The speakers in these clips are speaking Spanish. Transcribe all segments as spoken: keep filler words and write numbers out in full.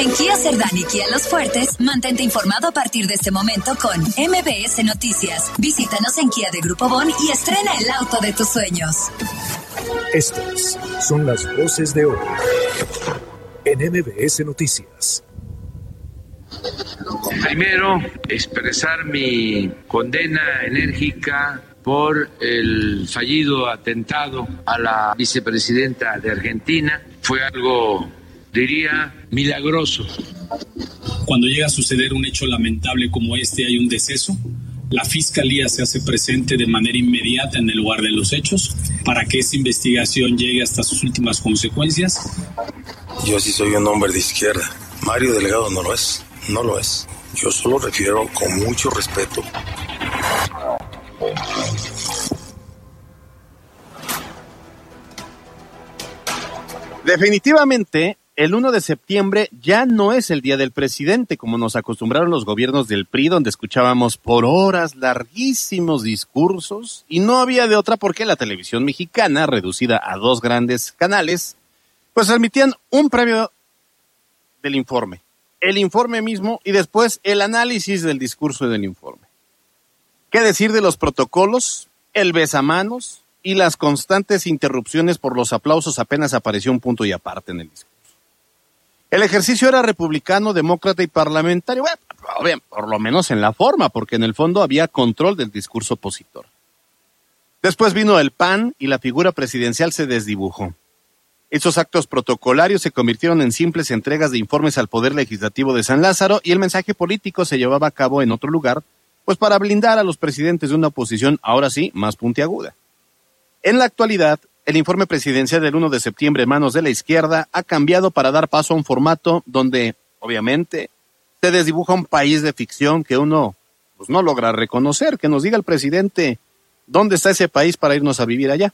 En Kia Cerdán y Kia Los Fuertes, mantente informado a partir de este momento con M B S Noticias. Visítanos en Kia de Grupo Bon y estrena el auto de tus sueños. Estas son las voces de hoy en M B S Noticias. Primero, expresar mi condena enérgica por el fallido atentado a la vicepresidenta de Argentina. Fue algo, diría, milagroso. Cuando llega a suceder un hecho lamentable como este, hay un deceso, la Fiscalía se hace presente de manera inmediata en el lugar de los hechos para que esa investigación llegue hasta sus últimas consecuencias. Yo sí soy un hombre de izquierda. Mario Delgado no lo es, no lo es. Yo solo refiero con mucho respeto. Definitivamente, el uno de septiembre ya no es el día del presidente, como nos acostumbraron los gobiernos del P R I, donde escuchábamos por horas larguísimos discursos, y no había de otra porque la televisión mexicana, reducida a dos grandes canales, pues transmitían un previo del informe, el informe mismo y después el análisis del discurso del informe. ¿Qué decir de los protocolos, el besamanos y las constantes interrupciones por los aplausos? Apenas apareció un punto y aparte en el discurso. El ejercicio era republicano, demócrata y parlamentario, bueno, bien, por lo menos en la forma, porque en el fondo había control del discurso opositor. Después vino el P A N y la figura presidencial se desdibujó. Esos actos protocolarios se convirtieron en simples entregas de informes al Poder Legislativo de San Lázaro y el mensaje político se llevaba a cabo en otro lugar, pues para blindar a los presidentes de una oposición, ahora sí, más puntiaguda. En la actualidad, el informe presidencial del uno de septiembre en manos de la izquierda ha cambiado para dar paso a un formato donde, obviamente, se desdibuja un país de ficción que uno pues, no logra reconocer. Que nos diga el presidente dónde está ese país para irnos a vivir allá.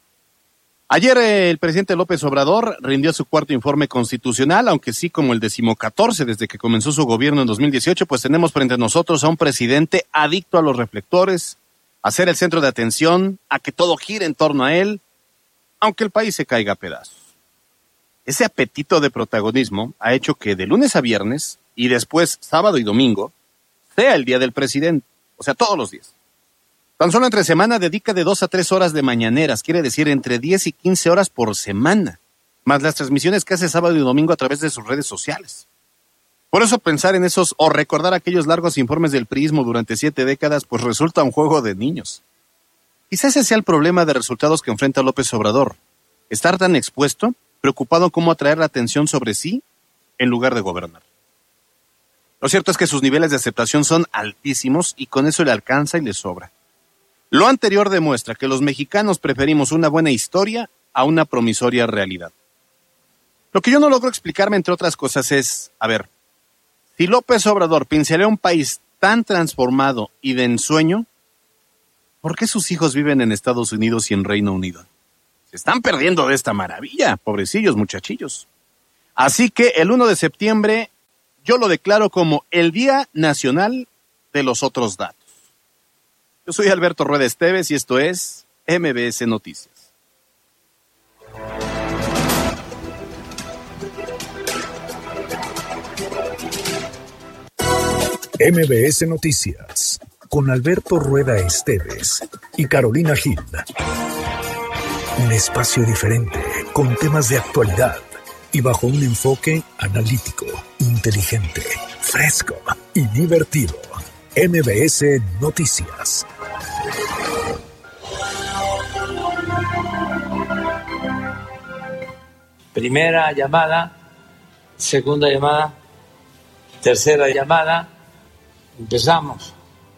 Ayer eh, el presidente López Obrador rindió su cuarto informe constitucional, aunque sí como el decimocatorce desde que comenzó su gobierno en dos mil dieciocho, pues tenemos frente a nosotros a un presidente adicto a los reflectores, a ser el centro de atención, a que todo gire en torno a él, aunque el país se caiga a pedazos. Ese apetito de protagonismo ha hecho que de lunes a viernes y después sábado y domingo sea el día del presidente, o sea, todos los días. Tan solo entre semana dedica de dos a tres horas de mañaneras, quiere decir entre diez y quince horas por semana, más las transmisiones que hace sábado y domingo a través de sus redes sociales. Por eso pensar en esos o recordar aquellos largos informes del priismo durante siete décadas, pues resulta un juego de niños. Quizás ese sea el problema de resultados que enfrenta López Obrador, estar tan expuesto, preocupado cómo atraer la atención sobre sí en lugar de gobernar. Lo cierto es que sus niveles de aceptación son altísimos y con eso le alcanza y le sobra. Lo anterior demuestra que los mexicanos preferimos una buena historia a una promisoria realidad. Lo que yo no logro explicarme, entre otras cosas, es, a ver, si López Obrador pincelea un país tan transformado y de ensueño, ¿por qué sus hijos viven en Estados Unidos y en Reino Unido? Se están perdiendo de esta maravilla, pobrecillos muchachillos. Así que el uno de septiembre yo lo declaro como el Día Nacional de los Otros Datos. Yo soy Alberto Rueda Esteves y esto es M B S Noticias. M B S Noticias con Alberto Rueda Esteves y Carolina Gil. Un espacio diferente con temas de actualidad y bajo un enfoque analítico, inteligente, fresco y divertido. M B S Noticias. Primera llamada, segunda llamada, tercera llamada. Empezamos.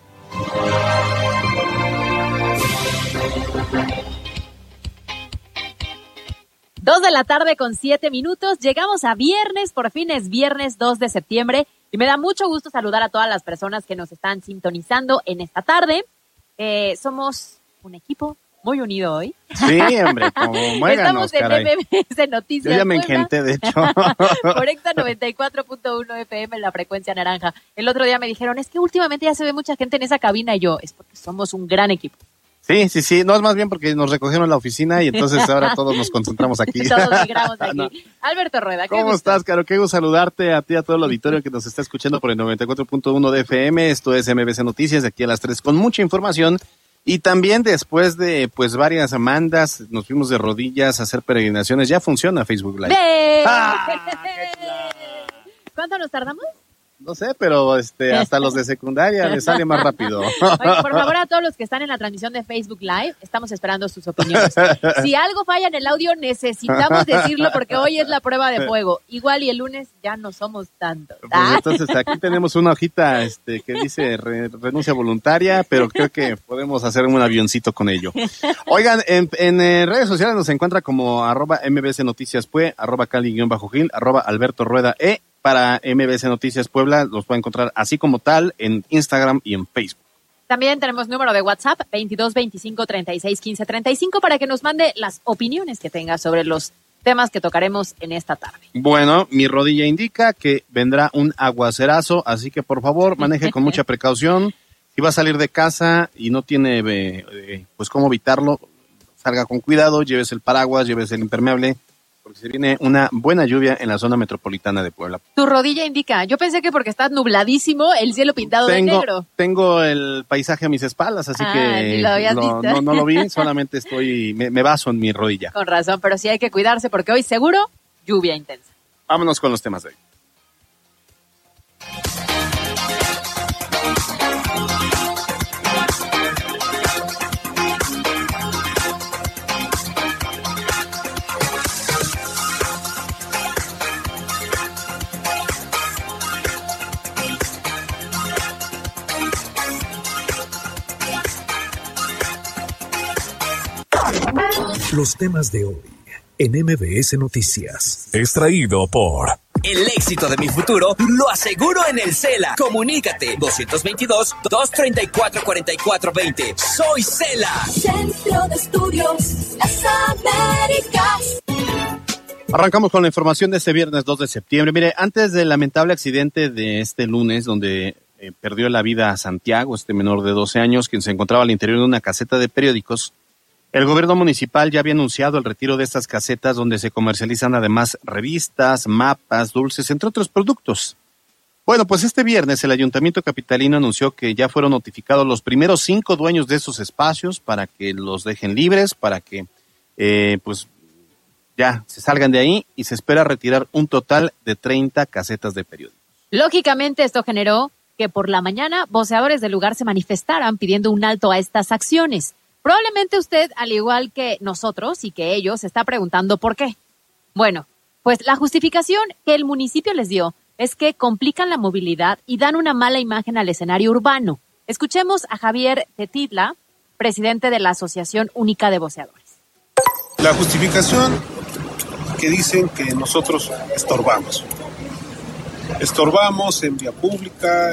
Dos de la tarde con siete minutos. Llegamos a viernes, por fin es viernes dos de septiembre. Y me da mucho gusto saludar a todas las personas que nos están sintonizando en esta tarde. Eh, somos un equipo muy unido hoy. Sí, hombre, como muéganos, Estamos en caray. M B S Noticias. Yo ya me engenté, de hecho. Por Exa noventa y cuatro punto uno F M en la frecuencia naranja. El otro día me dijeron, es que últimamente ya se ve mucha gente en esa cabina. Y yo, es porque somos un gran equipo. Sí, sí, sí. No, es más bien porque nos recogieron en la oficina y entonces ahora todos nos concentramos aquí. Todos migramos aquí. No. Alberto Rueda, ¿cómo estás, Caro? Qué gusto saludarte a ti, a todo el auditorio que nos está escuchando por el noventa y cuatro punto uno de F M. Esto es M B C Noticias, de aquí a las tres, con mucha información. Y también después de pues varias demandas, nos fuimos de rodillas a hacer peregrinaciones. Ya funciona Facebook Live. ¡Ah! ¿Cuánto nos tardamos? No sé, pero este hasta los de secundaria les sale más rápido. Oye, por favor, a todos los que están en la transmisión de Facebook Live, estamos esperando sus opiniones. Si algo falla en el audio, necesitamos decirlo porque hoy es la prueba de fuego. Igual y el lunes ya no somos tantos. Pues entonces aquí tenemos una hojita este, que dice re, renuncia voluntaria, pero creo que podemos hacer un avioncito con ello. Oigan, en, en eh, redes sociales nos encuentra como arroba mbc noticias pue, arroba cali-gil, arroba alberto rueda e. Para M B C Noticias Puebla, los puede encontrar así como tal en Instagram y en Facebook. También tenemos número de WhatsApp, veintidós veinticinco treinta y seis quince treinta y cinco, para que nos mande las opiniones que tenga sobre los temas que tocaremos en esta tarde. Bueno, mi rodilla indica que vendrá un aguacerazo, así que por favor maneje con mucha precaución. Si va a salir de casa y no tiene eh, eh, pues cómo evitarlo, salga con cuidado, llévese el paraguas, llévese el impermeable, porque se viene una buena lluvia en la zona metropolitana de Puebla. Tu rodilla indica. Yo pensé que porque está nubladísimo, el cielo pintado tengo, de negro. Tengo el paisaje a mis espaldas, así ah, que lo habías lo, visto. No, no lo vi, solamente estoy, me, me baso en mi rodilla. Con razón, pero sí hay que cuidarse porque hoy seguro lluvia intensa. Vámonos con los temas de hoy. Los temas de hoy en M B S Noticias. Extraído por... El éxito de mi futuro lo aseguro en el Cela. Comunícate dos veintidós, dos treinta y cuatro, cuarenta y cuatro veinte. Soy Cela. Centro de Estudios Las Américas. Arrancamos con la información de este viernes dos de septiembre. Mire, antes del lamentable accidente de este lunes, donde eh, perdió la vida a Santiago, este menor de doce años, quien se encontraba al interior de una caseta de periódicos, el gobierno municipal ya había anunciado el retiro de estas casetas donde se comercializan además revistas, mapas, dulces, entre otros productos. Bueno, pues este viernes el Ayuntamiento capitalino anunció que ya fueron notificados los primeros cinco dueños de esos espacios para que los dejen libres, para que eh, pues ya se salgan de ahí, y se espera retirar un total de treinta casetas de periódicos. Lógicamente esto generó que por la mañana voceadores del lugar se manifestaran pidiendo un alto a estas acciones. Probablemente usted, al igual que nosotros y que ellos, se está preguntando por qué. Bueno, pues la justificación que el municipio les dio es que complican la movilidad y dan una mala imagen al escenario urbano. Escuchemos a Javier Tetitla, presidente de la Asociación Única de Voceadores. La justificación que dicen que nosotros estorbamos. Estorbamos en vía pública.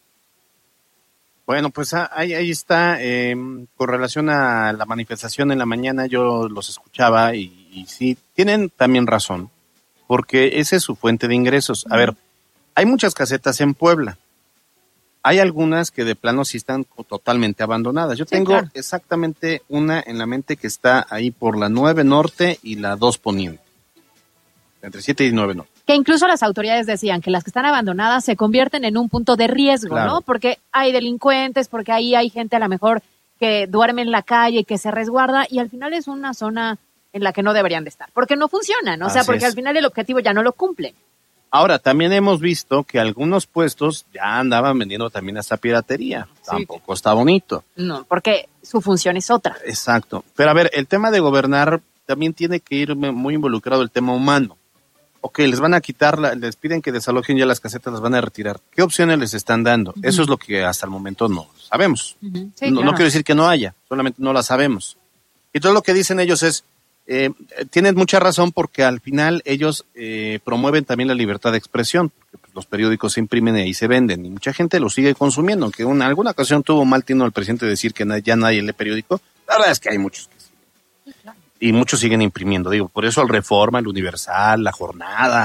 Bueno, pues ahí, ahí está, eh, con relación a la manifestación en la mañana, yo los escuchaba y, y sí, tienen también razón, porque esa es su fuente de ingresos. A ver, hay muchas casetas en Puebla, hay algunas que de plano sí están totalmente abandonadas. Yo sí, tengo claro. exactamente una en la mente que está ahí por la nueve Norte y la dos Poniente, entre siete y nueve Norte. Que incluso las autoridades decían que las que están abandonadas se convierten en un punto de riesgo, claro. ¿no? Porque hay delincuentes, porque ahí hay gente a lo mejor que duerme en la calle, que se resguarda, y al final es una zona en la que no deberían de estar, porque no funcionan, ¿no? O sea, porque es. Al final el objetivo ya no lo cumplen. Ahora, también hemos visto que algunos puestos ya andaban vendiendo también hasta piratería. Sí. Tampoco está bonito. No, porque su función es otra. Exacto. Pero a ver, el tema de gobernar también tiene que ir muy involucrado el tema humano. Ok, les van a quitar, la, les piden que desalojen ya las casetas, las van a retirar. ¿Qué opciones les están dando? Uh-huh. Eso es lo que hasta el momento no sabemos. Uh-huh. Sí, no, claro. no quiero decir que no haya, solamente no la sabemos. Y todo lo que dicen ellos es, eh, tienen mucha razón porque al final ellos eh, promueven también la libertad de expresión, porque pues, los periódicos se imprimen y ahí se venden, y mucha gente lo sigue consumiendo, aunque en alguna ocasión tuvo mal tino el presidente decir que na- ya nadie lee periódico, la verdad es que hay muchos que sí. Sí, claro. Y muchos siguen imprimiendo, digo, por eso el Reforma, el Universal, la Jornada,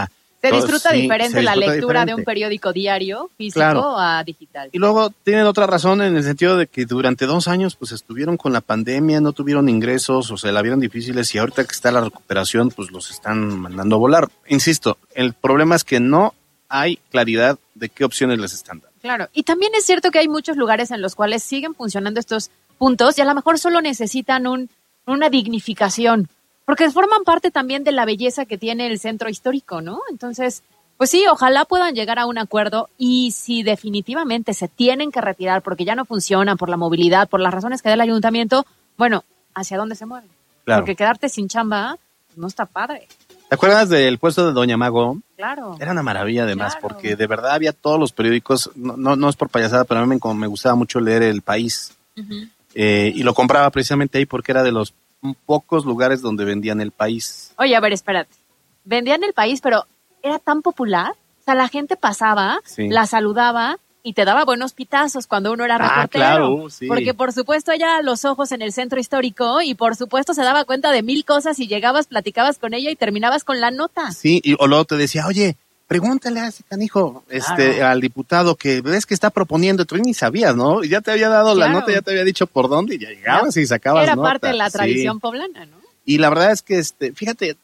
Se disfruta sí, diferente se la disfruta lectura diferente. de un periódico diario físico Claro. a digital. Y luego tienen otra razón en el sentido de que durante dos años pues estuvieron con la pandemia, no tuvieron ingresos o se la vieron difíciles y ahorita que está la recuperación pues los están mandando a volar. Insisto, el problema es que no hay claridad de qué opciones les están dando. Claro, y también es cierto que hay muchos lugares en los cuales siguen funcionando estos puntos y a lo mejor solo necesitan un, una dignificación, porque forman parte también de la belleza que tiene el centro histórico, ¿no? Entonces, pues sí, ojalá puedan llegar a un acuerdo y si definitivamente se tienen que retirar porque ya no funcionan por la movilidad, por las razones que da el ayuntamiento, bueno, ¿hacia dónde se mueven? Claro. Porque quedarte sin chamba pues no está padre. ¿Te acuerdas del puesto de Doña Mago? Claro. Era una maravilla además, Claro. porque de verdad había todos los periódicos, no, no, no es por payasada, pero a mí me, como me gustaba mucho leer El País. Uh-huh. Eh, y lo compraba precisamente ahí porque era de los pocos lugares donde vendían El País. Oye, a ver, espérate. Vendían El País, pero era tan popular. O sea, la gente pasaba, Sí. la saludaba y te daba buenos pitazos cuando uno era Ah, reportero. claro, sí. Porque por supuesto ella los ojos en el centro histórico y por supuesto se daba cuenta de mil cosas y llegabas, platicabas con ella y terminabas con la nota. Sí, y o luego te decía, oye, pregúntale a ese canijo, este, Claro. al diputado que ves que está proponiendo, tú ni sabías, ¿no? Y ya te había dado la Claro. nota, ya te había dicho por dónde y ya llegabas y sacabas Era nota. parte de la Sí. tradición poblana, ¿no? Y la verdad es que, este, fíjate,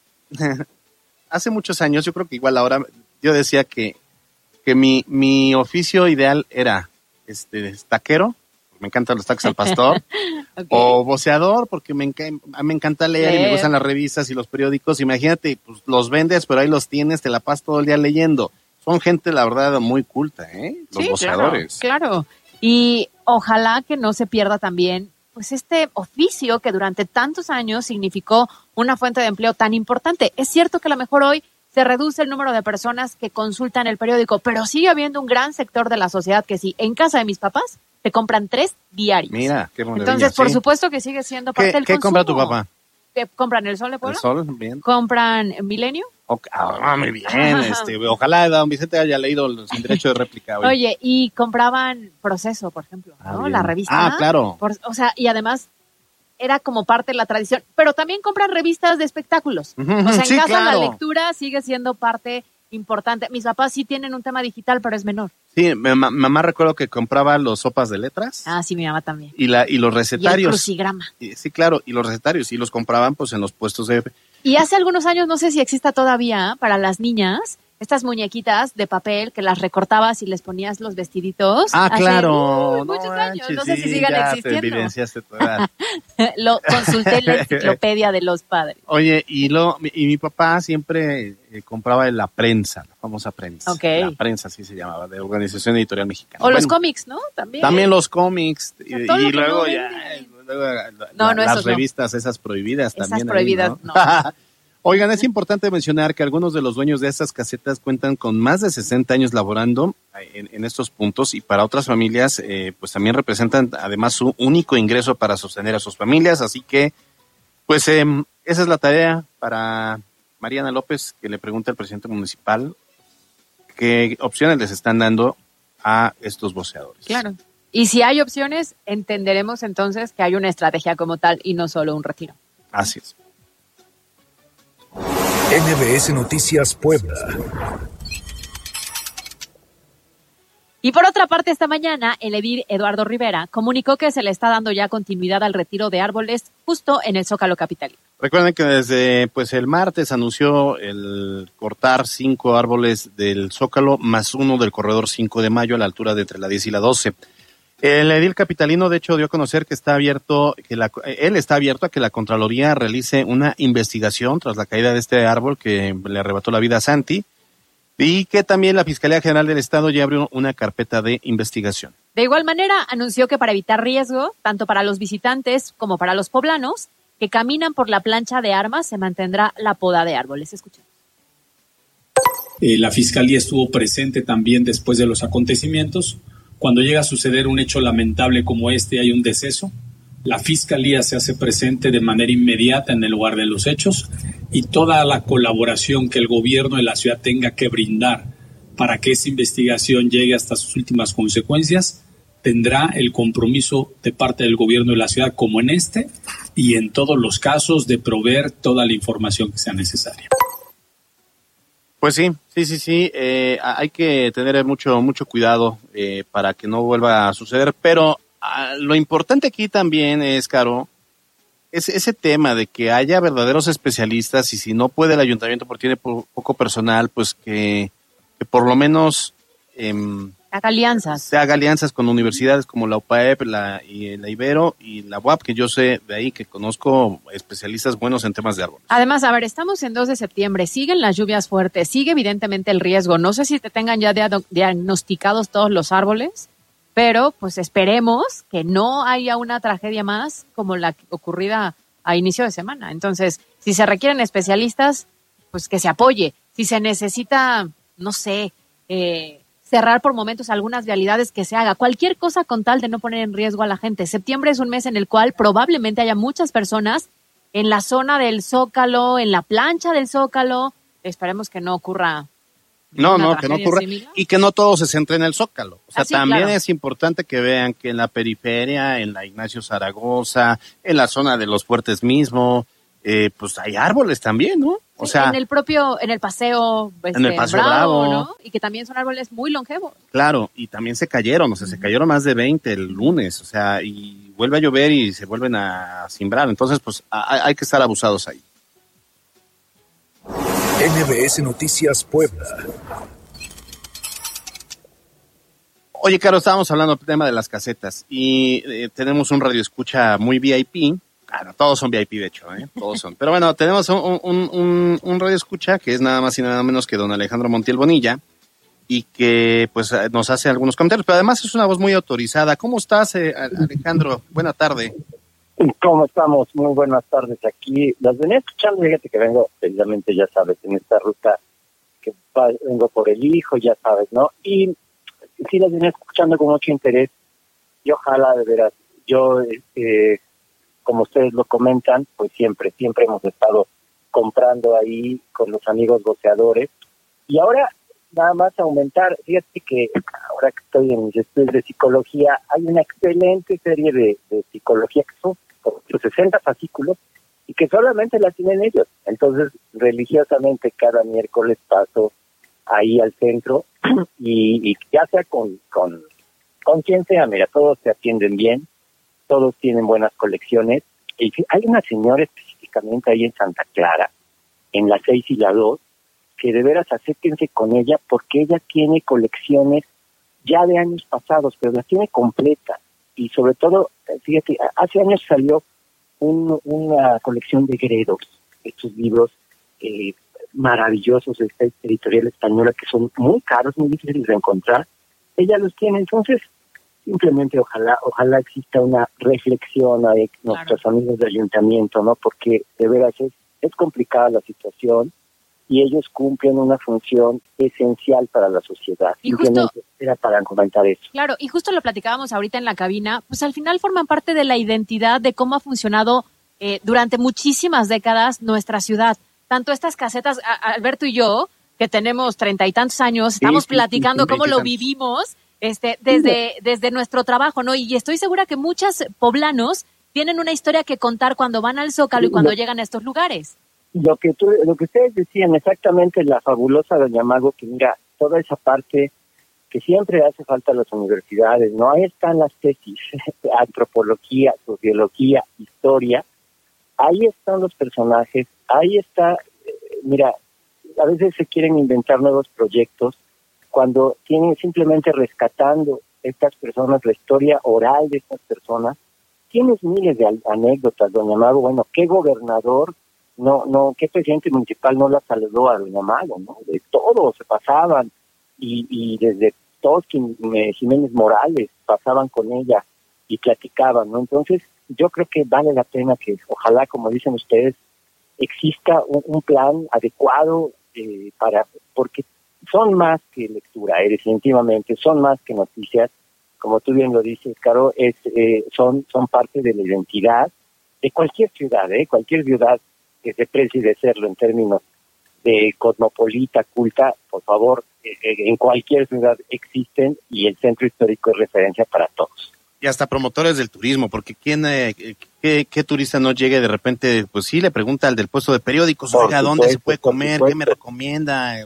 hace muchos años, yo creo que igual ahora, yo decía que, que mi, mi oficio ideal era, este, taquero, me encantan los tacos al pastor, Ok. o voceador, porque me, enca- me encanta leer, y me Leer. gustan las revistas y los periódicos. Imagínate, pues los vendes, pero ahí los tienes, te la pasas todo el día leyendo. Son gente, la verdad, muy culta, ¿eh? Los Sí, voceadores. Claro, claro. Y ojalá que no se pierda también pues este oficio que durante tantos años significó una fuente de empleo tan importante. Es cierto que a lo mejor hoy se reduce el número de personas que consultan el periódico, pero sigue habiendo un gran sector de la sociedad que sí, en casa de mis papás te compran tres diarios. Mira, qué maravilla. Entonces, por sí. supuesto que sigue siendo parte ¿Qué, del qué consumo. compra tu papá? ¿Te compran el Sol de ¿El Puebla? sol? Bien. ¿Compran Milenio? Ok, ah, muy bien. Este, ojalá don Vicente haya leído los sin derecho de réplica hoy. Oye, y compraban Proceso, por ejemplo, Ah, ¿no? bien. La revista. Ah, claro. Por- o sea, y además era como parte de la tradición, pero también compran revistas de espectáculos. Ujú, O sea, en sí, casa claro. la lectura sigue siendo parte importante. Mis papás sí tienen un tema digital, pero es menor. Sí, mi ma- mamá recuerdo que compraba los sopas de letras Ah, sí, mi mamá también. y, la, y los Y el recetarios. crucigrama. Y- sí, claro, y los recetarios, y los compraban pues en los puestos de... Y hace algunos años, no sé si exista todavía, para las niñas, estas muñequitas de papel que las recortabas y les ponías los vestiditos. Ah, Hace, claro. uy, muchos no años. manches, No sé sí, si sigan ya te existiendo. evidenciaste tu edad. Lo consulté en la enciclopedia de los padres. Oye, y, lo, y mi papá siempre eh, compraba la prensa, la famosa prensa. Ok. La prensa, así se llamaba, de Organización Editorial Mexicana. O los Bueno, cómics, ¿no? También. También los cómics. Y, sea, todo lo y que luego no ya... venden. luego la- No, la- no, las esos no. revistas, esas prohibidas Esas también. ahí, prohibidas, ¿no? no. Oigan, es importante mencionar que algunos de los dueños de estas casetas cuentan con más de sesenta años laborando en, en estos puntos y para otras familias, eh, pues también representan además su único ingreso para sostener a sus familias. Así que, pues eh, esa es la tarea para Mariana López, que le pregunta al presidente municipal qué opciones les están dando a estos voceadores. Claro. Y si hay opciones, entenderemos entonces que hay una estrategia como tal y no solo un retiro. Así es. N B S Noticias Puebla. Y por otra parte, esta mañana, el edil Eduardo Rivera comunicó que se le está dando ya continuidad al retiro de árboles justo en el Zócalo capitalino. Recuerden que desde pues el martes anunció el cortar cinco árboles del Zócalo más uno del corredor cinco de mayo a la altura de entre la diez y la doce. El edil capitalino, de hecho, dio a conocer que está abierto, que la, él está abierto a que la Contraloría realice una investigación tras la caída de este árbol que le arrebató la vida a Santi y que también la Fiscalía General del Estado ya abrió una carpeta de investigación. De igual manera, anunció que para evitar riesgo, tanto para los visitantes como para los poblanos que caminan por la plancha de armas, se mantendrá la poda de árboles. Escuchen. Eh, la Fiscalía estuvo presente también después de los acontecimientos. Cuando llega a suceder un hecho lamentable como este, hay un deceso, la Fiscalía se hace presente de manera inmediata en el lugar de los hechos y toda la colaboración que el gobierno de la ciudad tenga que brindar para que esa investigación llegue hasta sus últimas consecuencias, tendrá el compromiso de parte del gobierno de la ciudad, como en este y en todos los casos, de proveer toda la información que sea necesaria. Pues sí, sí, sí, sí, eh, hay que tener mucho, mucho cuidado eh, para que no vuelva a suceder, pero ah, lo importante aquí también es, Caro, es ese tema de que haya verdaderos especialistas y si no puede el ayuntamiento porque tiene po- poco personal, pues que, que por lo menos eh, haga alianzas. se haga alianzas con universidades como la U P A E P, la, y la Ibero y la U A P, que yo sé de ahí que conozco especialistas buenos en temas de árboles. Además, a ver, estamos en dos de septiembre, siguen las lluvias fuertes, sigue evidentemente el riesgo. No sé si te tengan ya dia- diagnosticados todos los árboles, pero pues esperemos que no haya una tragedia más como la ocurrida a inicio de semana. Entonces, si se requieren especialistas, pues que se apoye. Si se necesita, no sé, eh, cerrar por momentos algunas vialidades, que se haga. Cualquier cosa con tal de no poner en riesgo a la gente. Septiembre es un mes en el cual probablemente haya muchas personas en la zona del Zócalo, en la plancha del Zócalo. Esperemos que no ocurra. No, no, que no ocurra. Similar. Y que no todo se centre en el Zócalo. O sea, Ah, sí, también claro. es importante que vean que en la periferia, en la Ignacio Zaragoza, en la zona de los Fuertes mismo, eh, pues hay árboles también, ¿no? O Sí, sea, en el propio, en el paseo, este, En el Paseo Bravo, Bravo. ¿no? Y que también son árboles muy longevos. claro, y también se cayeron, o sea, se cayeron más de veinte el lunes, o sea, y vuelve a llover y se vuelven a simbrar. Entonces, pues a- hay que estar abusados ahí. N B S Noticias Puebla. Oye, Caro, estábamos hablando del tema de las casetas y eh, tenemos un radio escucha muy V I P. Ah, no, todos son V I P, de hecho, ¿eh? Todos son. Pero bueno, tenemos un, un, un, un radio escucha que es nada más y nada menos que don Alejandro Montiel Bonilla y que pues nos hace algunos comentarios, pero además es una voz muy autorizada. ¿Cómo estás, eh, Alejandro? Buena tarde. ¿Cómo estamos? Muy buenas tardes aquí. Las venía escuchando, fíjate que vengo precisamente, ya sabes, en esta ruta que va- vengo por el hijo, ya sabes, ¿no? Y sí las venía escuchando con mucho interés y ojalá de veras, yo, eh, como ustedes lo comentan, pues siempre, siempre hemos estado comprando ahí con los amigos goceadores y ahora nada más aumentar, fíjate que ahora que estoy en mis estudios de psicología, hay una excelente serie de, de psicología que son por sesenta fascículos y que solamente la tienen ellos. Entonces, religiosamente cada miércoles paso ahí al centro y, y ya sea con, con, con quien sea, mira, todos se atienden bien, todos tienen buenas colecciones. Y hay una señora específicamente ahí en Santa Clara, en la seis y la dos, que de veras acérquense con ella porque ella tiene colecciones ya de años pasados, pero las tiene completas. Y sobre todo, fíjate, hace años salió un, una colección de Gredos, estos libros eh, maravillosos de esta editorial española que son muy caros, muy difíciles de encontrar. Ella los tiene, entonces simplemente ojalá ojalá exista una reflexión a nuestros claro. amigos de ayuntamiento, ¿no? Porque de veras es, es complicada la situación y ellos cumplen una función esencial para la sociedad. Y simplemente justo, era para comentar eso. Claro, y justo lo platicábamos ahorita en la cabina, pues al final forman parte de la identidad de cómo ha funcionado eh, durante muchísimas décadas nuestra ciudad. Tanto estas casetas, a, Alberto y yo, que tenemos treinta y tantos años, estamos sí, sí, platicando sí, sí, cómo lo vivimos este desde desde nuestro trabajo, ¿no? Y estoy segura que muchos poblanos tienen una historia que contar cuando van al Zócalo y cuando lo, llegan a estos lugares. Lo que tú, lo que ustedes decían exactamente, la fabulosa doña Mago, que mira, toda esa parte que siempre hace falta a las universidades, ¿no? Ahí están las tesis, antropología, sociología, historia, ahí están los personajes, ahí está, eh, mira, a veces se quieren inventar nuevos proyectos cuando tienen simplemente rescatando estas personas, la historia oral de estas personas. Tienes miles de anécdotas, doña Mago. Bueno, ¿qué gobernador, no, no, qué presidente municipal no la saludó a doña Mago, ¿no? De todo se pasaban y, y desde todos Jiménez Morales pasaban con ella y platicaban, ¿no? Entonces, yo creo que vale la pena que, ojalá, como dicen ustedes, exista un, un plan adecuado eh, para, porque son más que lectura, eh, definitivamente, son más que noticias, como tú bien lo dices, Caro, es, eh, son, son parte de la identidad de cualquier ciudad, eh, cualquier ciudad que se precie de serlo en términos de cosmopolita, culta, por favor, eh, en cualquier ciudad existen y el centro histórico es referencia para todos. Y hasta promotores del turismo, porque quién, eh, qué, qué turista no llegue de repente, pues sí, le pregunta al del puesto de periódicos, oiga, ¿dónde se puede comer? ¿Qué me recomienda?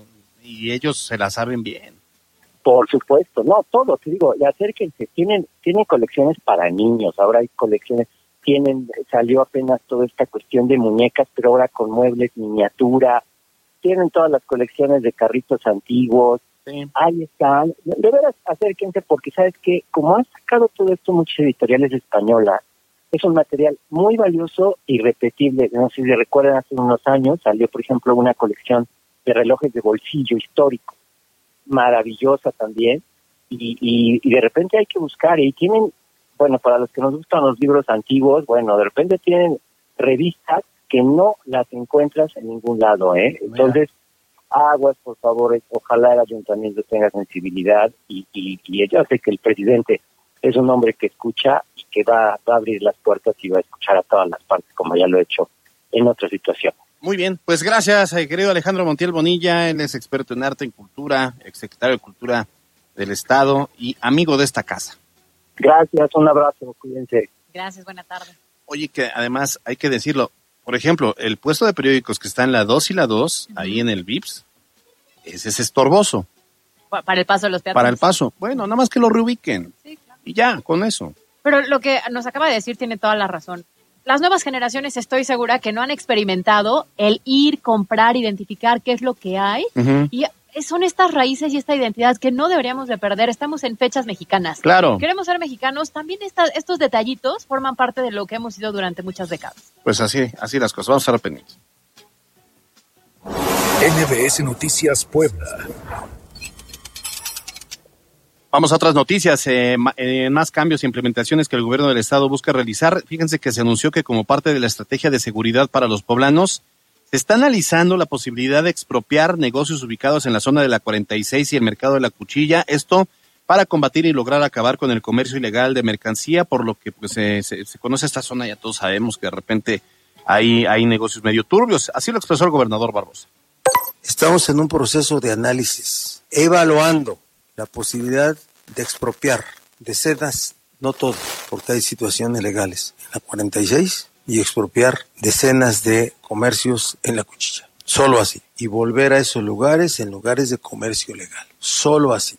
y ellos se la saben bien. Por supuesto, no, todo, te digo, y acérquense, tienen, tienen colecciones para niños, ahora hay colecciones, tienen, salió apenas toda esta cuestión de muñecas, pero ahora con muebles, miniatura, tienen todas las colecciones de carritos antiguos, sí. Ahí están, de veras acérquense porque sabes que como han sacado todo esto muchas editoriales españolas, es un material muy valioso y repetible, no sé si recuerdan hace unos años, salió por ejemplo una colección de relojes de bolsillo histórico, maravillosa también, y, y, y de repente hay que buscar, y tienen, bueno, para los que nos gustan los libros antiguos, bueno, de repente tienen revistas que no las encuentras en ningún lado, ¿eh? Entonces, aguas, por favor, ojalá el ayuntamiento tenga sensibilidad, y, y, y yo sé que el presidente es un hombre que escucha y que va, va a abrir las puertas y va a escuchar a todas las partes, como ya lo he hecho en otra situación. Muy bien, pues gracias, eh, querido Alejandro Montiel Bonilla. Él es experto en arte, en cultura, exsecretario de Cultura del Estado y amigo de esta casa. Gracias, un abrazo, cuídense. Gracias, buena tarde. Oye, que además hay que decirlo, por ejemplo, el puesto de periódicos que está en la dos y la dos, uh-huh. ahí en el V I P S, ese es estorboso. Para el paso de los peatones. Para el paso, bueno, nada más que lo reubiquen. Sí, claro. Y ya, con eso. Pero lo que nos acaba de decir tiene toda la razón. Las nuevas generaciones estoy segura que no han experimentado el ir, comprar, identificar qué es lo que hay. Uh-huh. Y son estas raíces y esta identidad que no deberíamos de perder. Estamos en fechas mexicanas. Claro. Queremos ser mexicanos. También esta, estos detallitos forman parte de lo que hemos sido durante muchas décadas. Pues así, así las cosas. Vamos a estar pendientes. N B S Noticias Puebla. Vamos a otras noticias, eh, eh, más cambios e implementaciones que el gobierno del estado busca realizar. Fíjense que se anunció que como parte de la estrategia de seguridad para los poblanos, se está analizando la posibilidad de expropiar negocios ubicados en la zona de la cuarenta y seis y el mercado de la Cuchilla. Esto para combatir y lograr acabar con el comercio ilegal de mercancía, por lo que pues se, se, se conoce esta zona, ya todos sabemos que de repente hay, hay negocios medio turbios. Así lo expresó el gobernador Barbosa. Estamos en un proceso de análisis, evaluando la posibilidad de expropiar decenas, no todo, porque hay situaciones legales en la cuarenta y seis, y expropiar decenas de comercios en la Cuchilla. Solo así. Y volver a esos lugares en lugares de comercio legal. Solo así.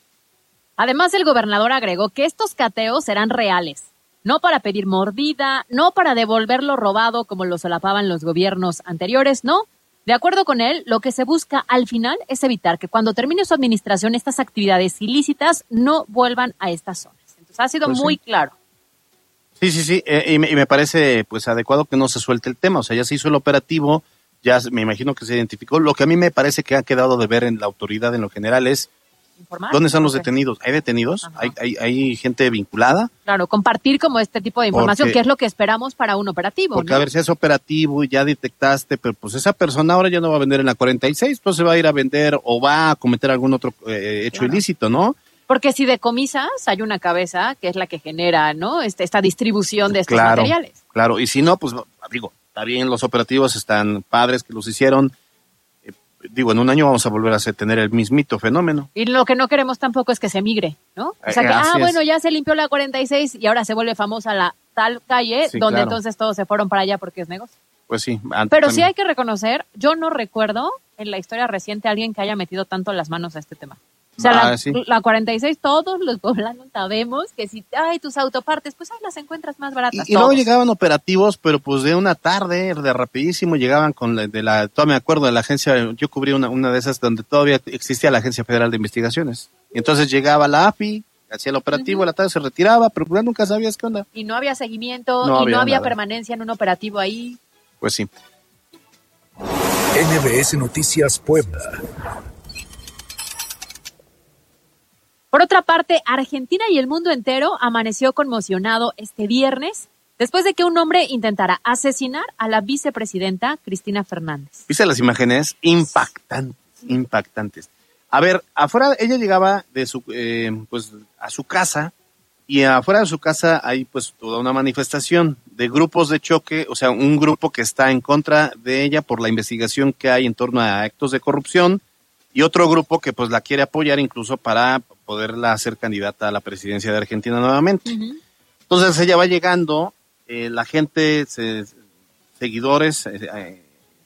Además, el gobernador agregó que estos cateos serán reales. No para pedir mordida, no para devolver lo robado como lo solapaban los gobiernos anteriores, no. De acuerdo con él, lo que se busca al final es evitar que cuando termine su administración estas actividades ilícitas no vuelvan a estas zonas. Entonces ha sido pues muy sí. claro. Sí, sí, sí, eh, y, me, y me parece pues adecuado que no se suelte el tema. O sea, ya se hizo el operativo, ya me imagino que se identificó. Lo que a mí me parece que ha quedado de ver en la autoridad en lo general es informar. ¿Dónde están los detenidos? ¿Hay detenidos? ¿Hay, hay, ¿Hay gente vinculada? Claro, compartir como este tipo de información, porque, que es lo que esperamos para un operativo. Porque ¿no? a ver si es operativo y ya detectaste, pero pues esa persona ahora ya no va a vender en la cuarenta y seis, entonces va a ir a vender o va a cometer algún otro eh, hecho claro. ilícito, ¿no? Porque si decomisas, hay una cabeza que es la que genera, ¿no? Este, esta distribución de estos claro, materiales. Claro, y si no, pues digo, está bien, los operativos están padres que los hicieron. Digo, en un año vamos a volver a tener el mismito fenómeno. Y lo que no queremos tampoco es que se migre, ¿no? O sea que, eh, ah, es. bueno, ya se limpió la cuarenta y seis y ahora se vuelve famosa la tal calle, sí, donde claro. entonces todos se fueron para allá porque es negocio. Pues sí. Pero también. Sí hay que reconocer, yo no recuerdo en la historia reciente a alguien que haya metido tanto las manos a este tema. O sea, ah, la, sí. la cuarenta y seis, todos los poblanos sabemos que si hay tus autopartes, pues ahí las encuentras más baratas. Y, y luego llegaban operativos, pero pues de una tarde, de rapidísimo, llegaban con la, de la, todavía me acuerdo de la agencia, yo cubrí una, una de esas donde todavía existía la Agencia Federal de Investigaciones. Y entonces llegaba la A F I, hacía el operativo, uh-huh. a la tarde se retiraba, pero pues nunca sabías qué onda. Y no había seguimiento, no y había no había nada. Permanencia en un operativo ahí. Pues sí. N B S Noticias Puebla. Por otra parte, Argentina y el mundo entero amaneció conmocionado este viernes después de que un hombre intentara asesinar a la vicepresidenta Cristina Fernández. ¿Viste las imágenes? Impactantes, impactantes. A ver, afuera ella llegaba de su, eh, pues, a su casa y afuera de su casa hay pues toda una manifestación de grupos de choque, o sea, un grupo que está en contra de ella por la investigación que hay en torno a actos de corrupción y otro grupo que pues la quiere apoyar incluso para poderla hacer candidata a la presidencia de Argentina nuevamente. Uh-huh. Entonces ella va llegando, eh, la gente, se, seguidores, eh,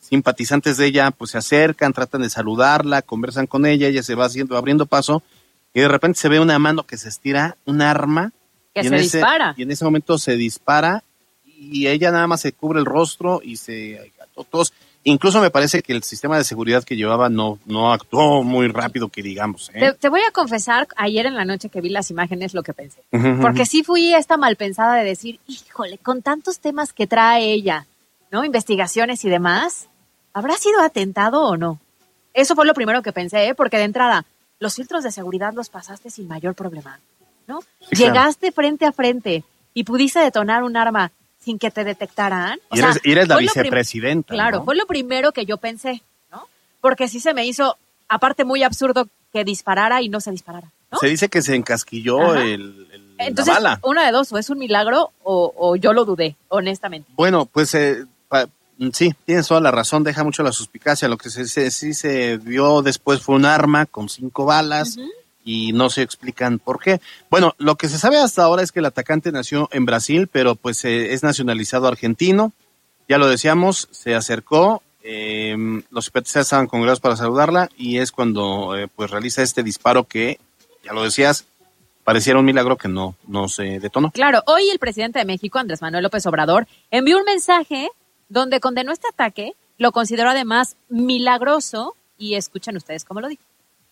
simpatizantes de ella pues se acercan, tratan de saludarla, conversan con ella, ella se va haciendo, abriendo paso, y de repente se ve una mano que se estira, un arma, que y se en ese, dispara. Y en ese momento se dispara, y ella nada más se cubre el rostro y se... Todos, incluso me parece que el sistema de seguridad que llevaba no, no actuó muy rápido, que digamos. ¿eh? Te, te voy a confesar, ayer en la noche que vi las imágenes, lo que pensé. Uh-huh. Porque sí fui esta mal pensada de decir, híjole, con tantos temas que trae ella, ¿no? Investigaciones y demás, ¿habrá sido atentado o no? Eso fue lo primero que pensé, ¿eh? Porque de entrada, los filtros de seguridad los pasaste sin mayor problema, ¿no? Sí, Llegaste claro. frente a frente y pudiste detonar un arma sin que te detectaran. O y, eres, sea, y eres la prim- vicepresidenta. Claro, ¿no? fue lo primero que yo pensé, ¿no? Porque sí se me hizo, aparte muy absurdo que disparara y no se disparara, ¿no? Se dice que se encasquilló el, el, Entonces, la bala. una de dos, o es un milagro o, o yo lo dudé, honestamente. Bueno, pues eh, pa, sí, tienes toda la razón, deja mucho la suspicacia. Lo que se, se, sí se vio después fue un arma con cinco balas. Uh-huh. Y no se explican por qué. Bueno, lo que se sabe hasta ahora es que el atacante nació en Brasil, pero pues eh, es nacionalizado argentino. Ya lo decíamos, se acercó, eh, los simpatizantes estaban congregados para saludarla y es cuando eh, pues realiza este disparo que, ya lo decías, pareciera un milagro que no, no se detonó. Claro, hoy el presidente de México, Andrés Manuel López Obrador, envió un mensaje donde condenó este ataque, lo consideró además milagroso y escuchen ustedes cómo lo dijo.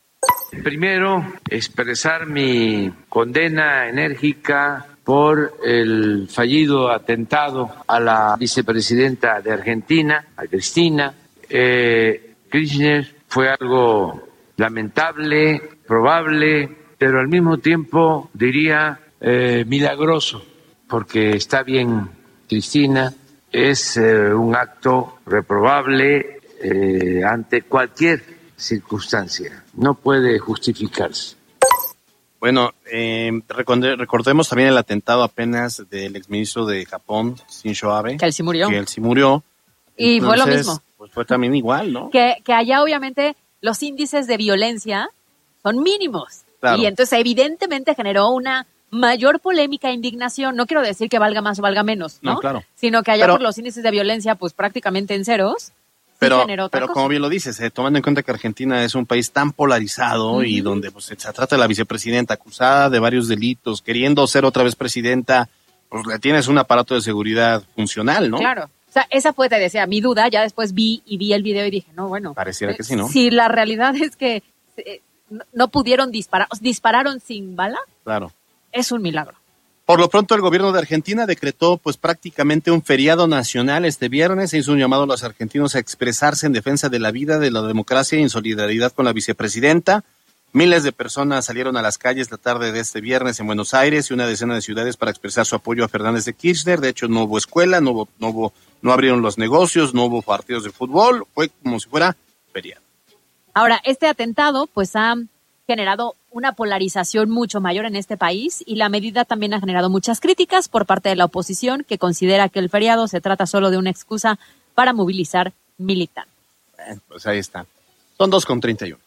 Primero, expresar mi condena enérgica por el fallido atentado a la vicepresidenta de Argentina, a Cristina. Eh, Kirchner fue algo lamentable, probable, pero al mismo tiempo diría eh, milagroso, porque está bien Cristina, es eh, un acto reprobable eh, ante cualquier circunstancia, no puede justificarse. Bueno, eh, recordemos también el atentado apenas del exministro de Japón, Shinzo Abe. Que él sí murió. Que él sí murió. Y Entonces, fue lo mismo. Pues fue también igual, ¿no? Que, que allá obviamente los índices de violencia son mínimos. Claro. Y entonces evidentemente generó una mayor polémica e indignación. No quiero decir que valga más o valga menos, ¿no? No, claro. Sino que allá Pero, por los índices de violencia, pues prácticamente en ceros. Pero, pero como bien lo dices, eh, tomando en cuenta que Argentina es un país tan polarizado uh-huh. y donde pues, se trata de la vicepresidenta acusada de varios delitos, queriendo ser otra vez presidenta, pues le tienes un aparato de seguridad funcional, ¿no? Claro. O sea, esa fue, te decía, mi duda. Ya después vi y vi el video y dije, no, bueno. Pareciera eh, que sí, ¿no? Si la realidad es que eh, no pudieron disparar, dispararon sin bala. Claro. Es un milagro. Por lo pronto, el gobierno de Argentina decretó pues prácticamente un feriado nacional este viernes e hizo un llamado a los argentinos a expresarse en defensa de la vida, de la democracia y en solidaridad con la vicepresidenta. Miles de personas salieron a las calles la tarde de este viernes en Buenos Aires y una decena de ciudades para expresar su apoyo a Fernández de Kirchner. De hecho, no hubo escuela, no hubo, no hubo, no abrieron los negocios, no hubo partidos de fútbol, fue como si fuera feriado. Ahora, este atentado pues ha generado una polarización mucho mayor en este país y la medida también ha generado muchas críticas por parte de la oposición, que considera que el feriado se trata solo de una excusa para movilizar militantes. Bueno, pues ahí está. Son dos con treinta y uno.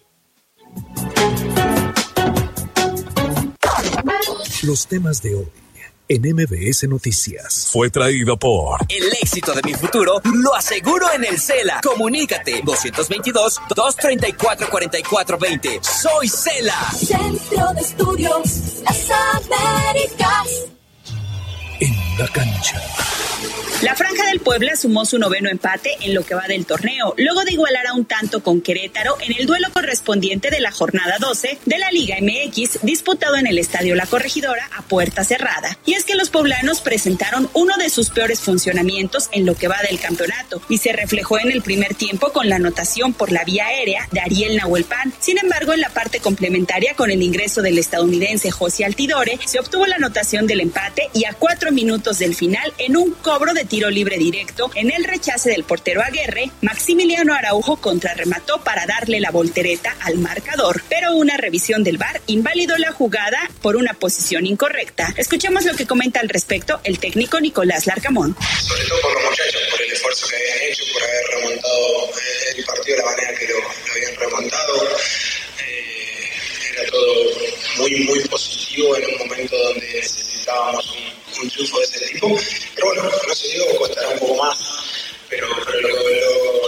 Los temas de hoy en M B S Noticias. Fue traído por... El éxito de mi futuro lo aseguro en el Cela. Comunícate dos dos dos, dos tres cuatro, cuatro cuatro dos cero. Soy Cela. Centro de Estudios Las Américas. En la cancha. La Franja del Puebla sumó su noveno empate en lo que va del torneo, luego de igualar a un tanto con Querétaro en el duelo correspondiente de la jornada doce de la Liga M X, disputado en el Estadio La Corregidora a puerta cerrada. Y es que los poblanos presentaron uno de sus peores funcionamientos en lo que va del campeonato, y se reflejó en el primer tiempo con la anotación por la vía aérea de Ariel Nahuelpan. Sin embargo, en la parte complementaria, con el ingreso del estadounidense José Altidore, se obtuvo la anotación del empate y a cuatro minutos del final, en un cobro de tiro libre directo en el rechace del portero Aguerre, Maximiliano Araujo contrarremató para darle la voltereta al marcador, pero una revisión del V A R invalidó la jugada por una posición incorrecta. Escuchemos lo que comenta al respecto el técnico Nicolás Larcamón. Sobre todo por los muchachos, por el esfuerzo que habían hecho, por haber remontado el partido de la manera que lo, lo habían remontado. Eh, era todo muy, muy positivo en un momento donde necesitábamos un un triunfo de ese tipo, pero bueno, no se dio, costará un poco más, pero, pero lo, lo,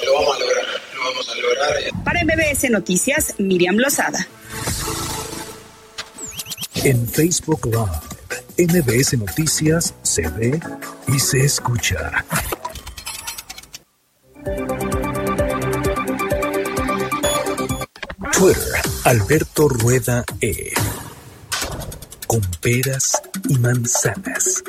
vamos a lograr. Para M B S Noticias, Miriam Lozada. En Facebook Live, M B S Noticias se ve y se escucha. Twitter, Alberto Rueda E. Con peras y manzanas.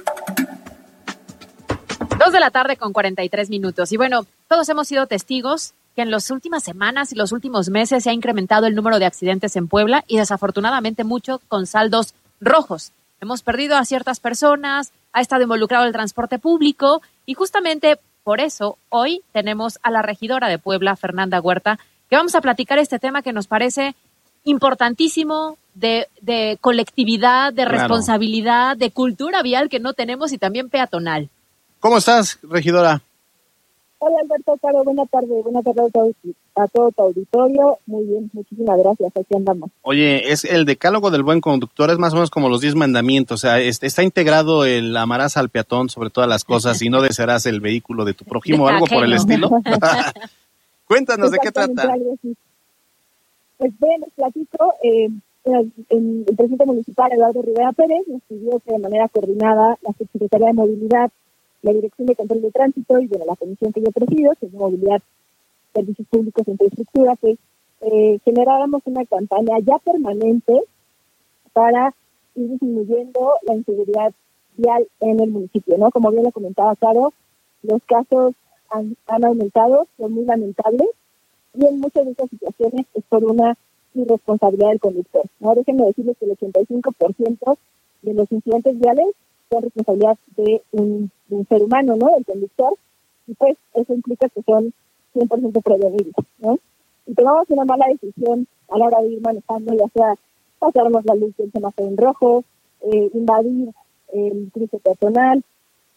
Dos de la tarde con cuarenta y tres minutos. Y bueno, todos hemos sido testigos que en las últimas semanas y los últimos meses se ha incrementado el número de accidentes en Puebla y desafortunadamente mucho con saldos rojos. Hemos perdido a ciertas personas, ha estado involucrado el transporte público y justamente por eso hoy tenemos a la regidora de Puebla, Fernanda Huerta, que vamos a platicar este tema que nos parece importantísimo de, de colectividad, de Claro. responsabilidad, de cultura vial que no tenemos y también peatonal. ¿Cómo estás, regidora? Hola Alberto, Caro, buena tarde, buena tarde a todo, a todo tu auditorio. Muy bien, muchísimas gracias, aquí andamos. Oye, es el decálogo del buen conductor, es más o menos como los diez mandamientos, o sea, es- está integrado el amarás al peatón sobre todas las cosas y no desearás el vehículo de tu prójimo o algo por el estilo. Cuéntanos de qué Exactamente, trata. algo así. Pues bien, les platico, eh, el, el, el presidente municipal, Eduardo Rivera Pérez, nos pidió que de manera coordinada la Secretaría de Movilidad, la Dirección de Control de Tránsito y bueno, la comisión que yo presido, que es Movilidad, Servicios Públicos e Infraestructura, pues eh, generáramos una campaña ya permanente para ir disminuyendo la inseguridad vial en el municipio, ¿no? Como bien lo comentaba Caro, los casos han, han aumentado, son muy lamentables y en muchas de estas situaciones es por una irresponsabilidad del conductor, ¿no? Déjenme decirles que el ochenta y cinco por ciento de los incidentes viales son responsabilidad de un, de un ser humano, ¿no? Del conductor, y pues eso implica que son cien por ciento prevenibles, ¿no? Y tomamos una mala decisión a la hora de ir manejando, ya sea pasarnos la luz del semáforo en rojo, eh, invadir el cruce peatonal,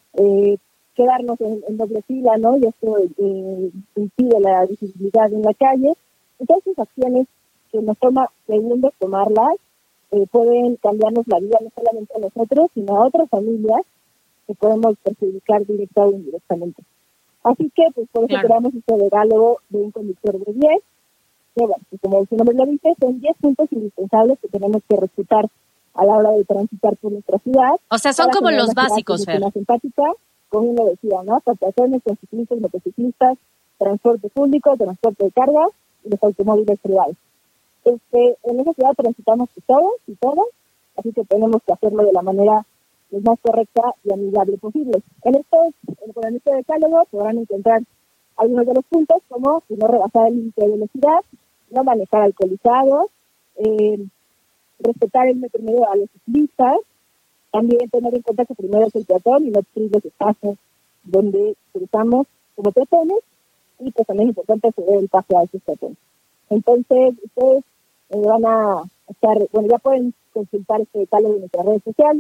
eh, quedarnos en, en doble fila, ¿no? Y esto eh, impide la visibilidad en la calle. Entonces, esas acciones que nos toma segundos tomarlas, eh, pueden cambiarnos la vida no solamente a nosotros, sino a otras familias que podemos perjudicar directa o indirectamente. Así que, pues, por eso Claro. creamos este regalo de un conductor de diez, que, bueno, pues, como su nombre lo dice, son diez puntos indispensables que tenemos que respetar a la hora de transitar por nuestra ciudad. O sea, son para como tener los una ciudad básicos, mucho Fer. más empática, como bien lo decía, ¿no? Peatones, con ciclistas, motociclistas, transporte público, transporte de carga y los automóviles privados. Este, en esa ciudad transitamos todos y todas, así que tenemos que hacerlo de la manera lo más correcta y amigable posible. En estos, en este decálogo podrán encontrar algunos de los puntos, como que no rebasar el límite de velocidad, no manejar alcoholizados, eh, respetar el metro y medio a los ciclistas, también tener en cuenta que primero es el peatón y no obstruir los espacios donde cruzamos como peatones, y pues también es importante ceder el paso a esos peatones. Entonces, ustedes eh, van a estar, bueno, ya pueden consultar este decálogo en nuestras redes sociales,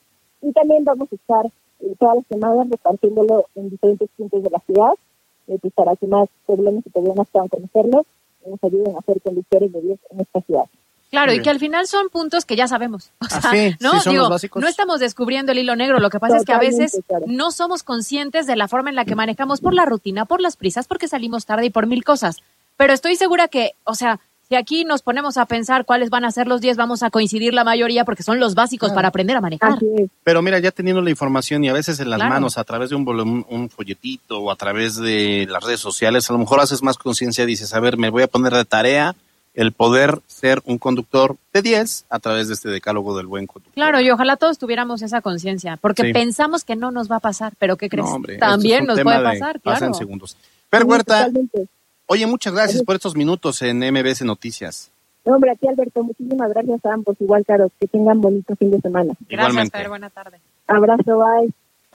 y también vamos a estar eh, todas las semanas repartiéndolo en diferentes puntos de la ciudad, eh, pues para que más poblanos y personas puedan conocerlo y nos ayuden a ser conductores de diez en esta ciudad. Claro, Muy y bien. que al final son puntos que ya sabemos. O sea, Ah, sí, ¿no? sí, son Digo, los básicos. no estamos descubriendo el hilo negro. Lo que pasa es que a Totalmente, veces claro. no somos conscientes de la forma en la que manejamos por la rutina, por las prisas, porque salimos tarde y por mil cosas. Pero estoy segura que, o sea, si aquí nos ponemos a pensar cuáles van a ser los diez, vamos a coincidir la mayoría porque son los básicos para aprender a manejar. Así es. Pero mira, ya teniendo la información y a veces en las Claro. manos, a través de un, volum- un folletito o a través de las redes sociales, a lo mejor haces más conciencia, dices, a ver, me voy a poner de tarea el poder ser un conductor de diez a través de este decálogo del buen conductor. Claro, y ojalá todos tuviéramos esa conciencia, porque Sí. pensamos que no nos va a pasar, pero ¿qué crees? No, hombre, esto También es un nos tema puede de- pasar, pasa claro. en segundos. Per Sí, Huerta, totalmente. oye, muchas gracias por estos minutos en M B S Noticias. No, hombre, aquí Alberto, muchísimas gracias a ambos. Igual, Caro, que tengan bonito fin de semana. Gracias, Igualmente. Fer, buena tarde. Abrazo, bye.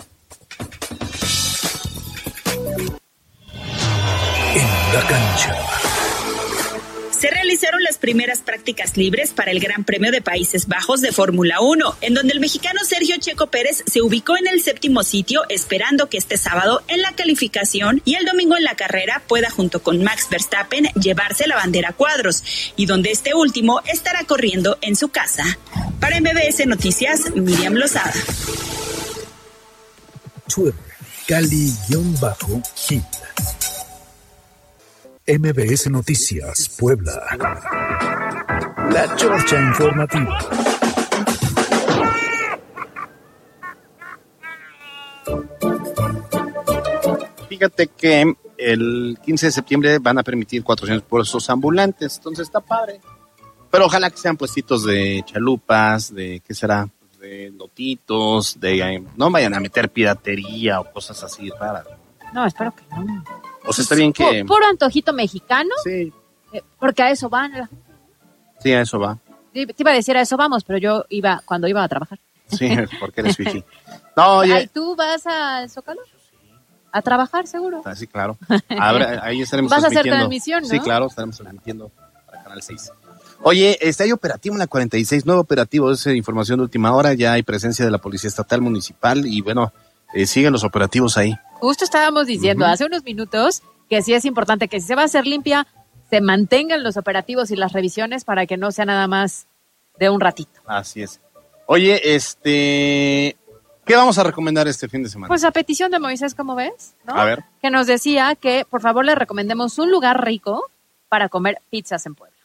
En la cancha. Se realizaron las primeras prácticas libres para el Gran Premio de Países Bajos de Fórmula uno, en donde el mexicano Sergio Checo Pérez se ubicó en el séptimo sitio, esperando que este sábado en la calificación y el domingo en la carrera pueda junto con Max Verstappen llevarse la bandera a cuadros, y donde este último estará corriendo en su casa. Para M B S Noticias, Miriam Lozada. Twitter, Cali-Gil. M B S Noticias, Puebla. La Chorcha Informativa. Fíjate que el quince de septiembre van a permitir cuatrocientos puestos ambulantes, entonces está padre. Pero ojalá que sean puestitos de chalupas, de, ¿qué será? De lotitos, de, no vayan a meter piratería o cosas así raras. No, espero que no. O sea, está bien que... Pu- Puro antojito mexicano. Sí. Eh, porque a eso van. la- Sí, a eso va. Te te iba a decir a eso vamos, pero yo iba cuando iba a trabajar. Sí, porque eres fifi. No, Ay, oye... ¿tú vas al Zócalo? A trabajar, seguro. Ah, sí, claro. Habrá- ahí estaremos Vas a hacer transmitiendo. transmisión, ¿no? Sí, claro, estaremos transmitiendo para Canal seis. Oye, este hay operativo en la cuarenta y seis, nuevo operativo, es eh, información de última hora, ya hay presencia de la Policía Estatal Municipal y bueno, eh, siguen los operativos ahí. Justo estábamos diciendo Ujú. hace unos minutos que sí es importante que si se va a hacer limpia, se mantengan los operativos y las revisiones para que no sea nada más de un ratito. Así es. Oye, este, ¿qué vamos a recomendar este fin de semana? Pues a petición de Moisés, ¿cómo ves? ¿No? A ver. Que nos decía que por favor le recomendemos un lugar rico para comer pizzas en Puebla.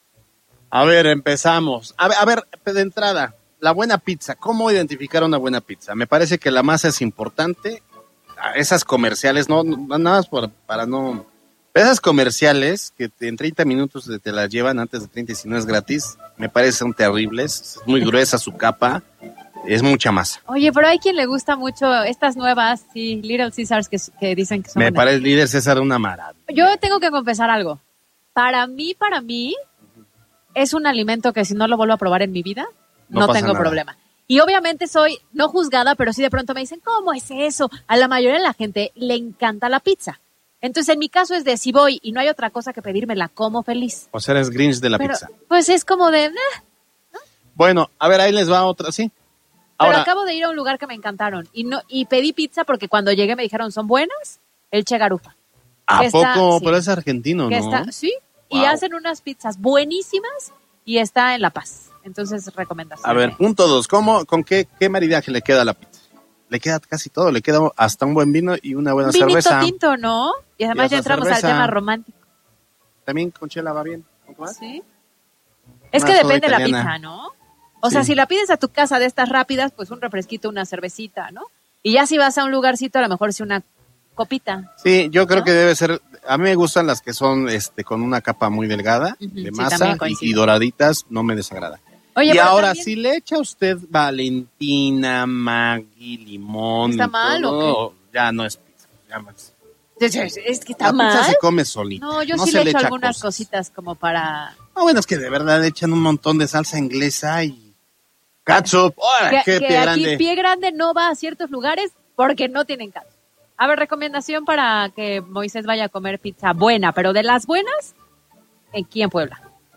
A ver, empezamos. A ver, a ver, de entrada, la buena pizza. ¿Cómo identificar una buena pizza? Me parece que la masa es importante. A esas comerciales, no, no nada más por- para no... Esas comerciales que te- en treinta minutos te, te las llevan antes de treinta y si no es gratis, me parecen terribles. Es muy gruesa su capa, es mucha masa. Oye, pero hay quien le gusta mucho estas nuevas, sí, Little Caesars que, que dicen que son Me buenas. parece líder César una maravilla. Yo tengo que confesar algo. Para mí, para mí, es un alimento que si no lo vuelvo a probar en mi vida, No no, pasa tengo nada. problema. Y obviamente soy no juzgada, pero sí de pronto me dicen, ¿cómo es eso? A la mayoría de la gente le encanta la pizza. Entonces, en mi caso es de si voy y no hay otra cosa que pedirme, la como feliz. O sea, eres Grinch de la Pero, pizza. pues es como de... "Eh". Bueno, a ver, ahí les va otra, sí. Pero Ahora, acabo de ir a un lugar que me encantaron y no y pedí pizza porque cuando llegué me dijeron, ¿son buenas? El Che Garufa. ¿a que está- poco? sí. Pero es argentino, Que ¿no? está, sí, y Wow. hacen unas pizzas buenísimas y está en La Paz. Entonces, recomendación. A ver, punto dos. ¿Cómo, con qué, qué maridaje le queda a la pizza? Le queda casi todo, le queda hasta un buen vino y una buena Un vinito cerveza. tinto, ¿no? Y además Y ya hasta entramos cerveza. al tema romántico. También con chela va bien. ¿Un poco más? Sí. Es Una que soda depende de la italiana. pizza, ¿no? O sea, Sí. si la pides a tu casa de estas rápidas, pues un refresquito, una cervecita, ¿no? Y ya si vas a un lugarcito, a lo mejor sí una copita. Sí, yo creo que debe ser. A mí me gustan las que son este con una capa muy delgada Ujú, de sí, masa también y, coincido. y doraditas, no me desagrada. Oye, y pero ahora, también- si le echa usted Valentina, Maggi, limón, ¿Está y mal o todo, ya no es pizza. Ya más. Es, es- es que está La mal. pizza se come solita. No, yo no sí se le echo echa algunas cosas. cositas como para... No, bueno, es que de verdad le echan un montón de salsa inglesa y ketchup. ¡Órale, Que, qué que pie aquí grande! pie grande no va a ciertos lugares porque no tienen caso. A ver, recomendación para que Moisés vaya a comer pizza buena, pero de las buenas, aquí en Puebla.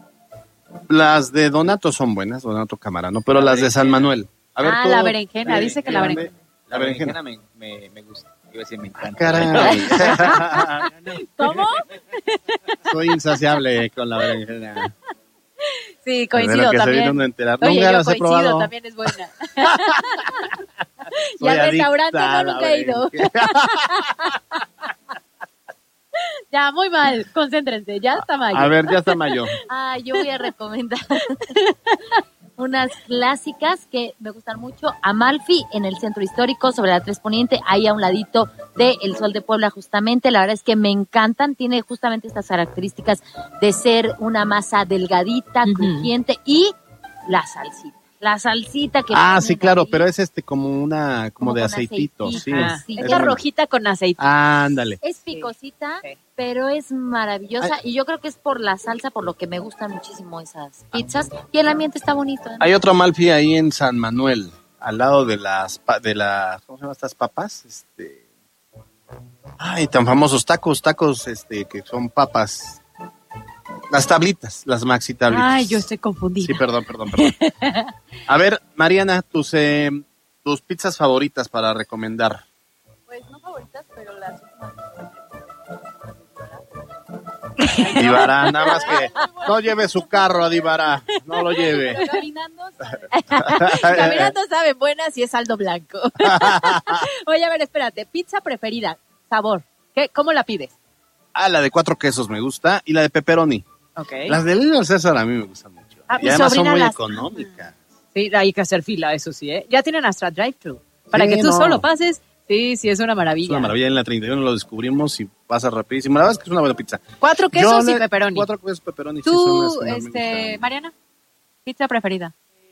Las de Donato son buenas, Donato Camarano, pero las de San Manuel. A ver, Ah, tú, la berenjena, dice que la grande. berenjena. La berenjena. me, me, me gusta. Iba a decir, me encanta. Caray. ¿Cómo? Soy insaciable con la berenjena. Sí, De coincido lo que se también. viene uno a enterar. Oye, Nunca yo las he coincido, probado. también es buena. y Soy al adicta restaurante a no la nunca he ido. Ya, muy mal, concéntrense, ya está Mayo. A ver, ya está Mayo. Ah, yo voy a recomendar unas clásicas que me gustan mucho. Amalfi, en el centro histórico, sobre la Tres Poniente, ahí a un ladito de El Sol de Puebla, justamente. La verdad es que me encantan. Tiene justamente estas características de ser una masa delgadita, crujiente y la salsita. La salsita que... Ah, ponen sí, claro, ahí. pero es este como una, como, Como de con aceitito, sí. aceitito, Ah, sí. es Es la muy- rojita con aceite. Ándale. Es picosita, pero es maravillosa. Y yo creo que es por la salsa, por lo que me gustan muchísimo esas pizzas. Y el ambiente está bonito. ¿eh? Hay otro Amalfi ahí en San Manuel, al lado de las, pa- de las, ¿cómo se llaman estas papas? Este, ay, tan famosos tacos, tacos, este, que son papas. Las tablitas, las maxi tablitas. Ay, yo estoy confundida. Sí, perdón, perdón, perdón. A ver, Mariana, tus, eh, tus pizzas favoritas para recomendar. Pues no favoritas, pero las últimas. Divará, nada más que no lleve su carro a Divará, no lo lleve. Caminando. Caminando saben buenas y es saldo blanco. Oye, a ver, espérate. Pizza preferida, sabor. ¿Qué, ¿Cómo la pides? Ah, la de cuatro quesos me gusta y la de pepperoni. Okay. Las de Little César a mí me gustan mucho. Ah, y además son muy las... económicas. Sí, hay que hacer fila, eso sí, ¿eh? Ya tienen hasta drive-thru. Para Sí, que tú no. solo pases. Sí, sí, es una maravilla. Es una maravilla. En la treinta y uno lo descubrimos y pasa rapidísimo. La verdad es que es una buena pizza. Cuatro quesos Yo y le- pepperoni. Cuatro quesos pepperoni. Tú, sí, son las que más me este, gustan. Mariana, pizza preferida.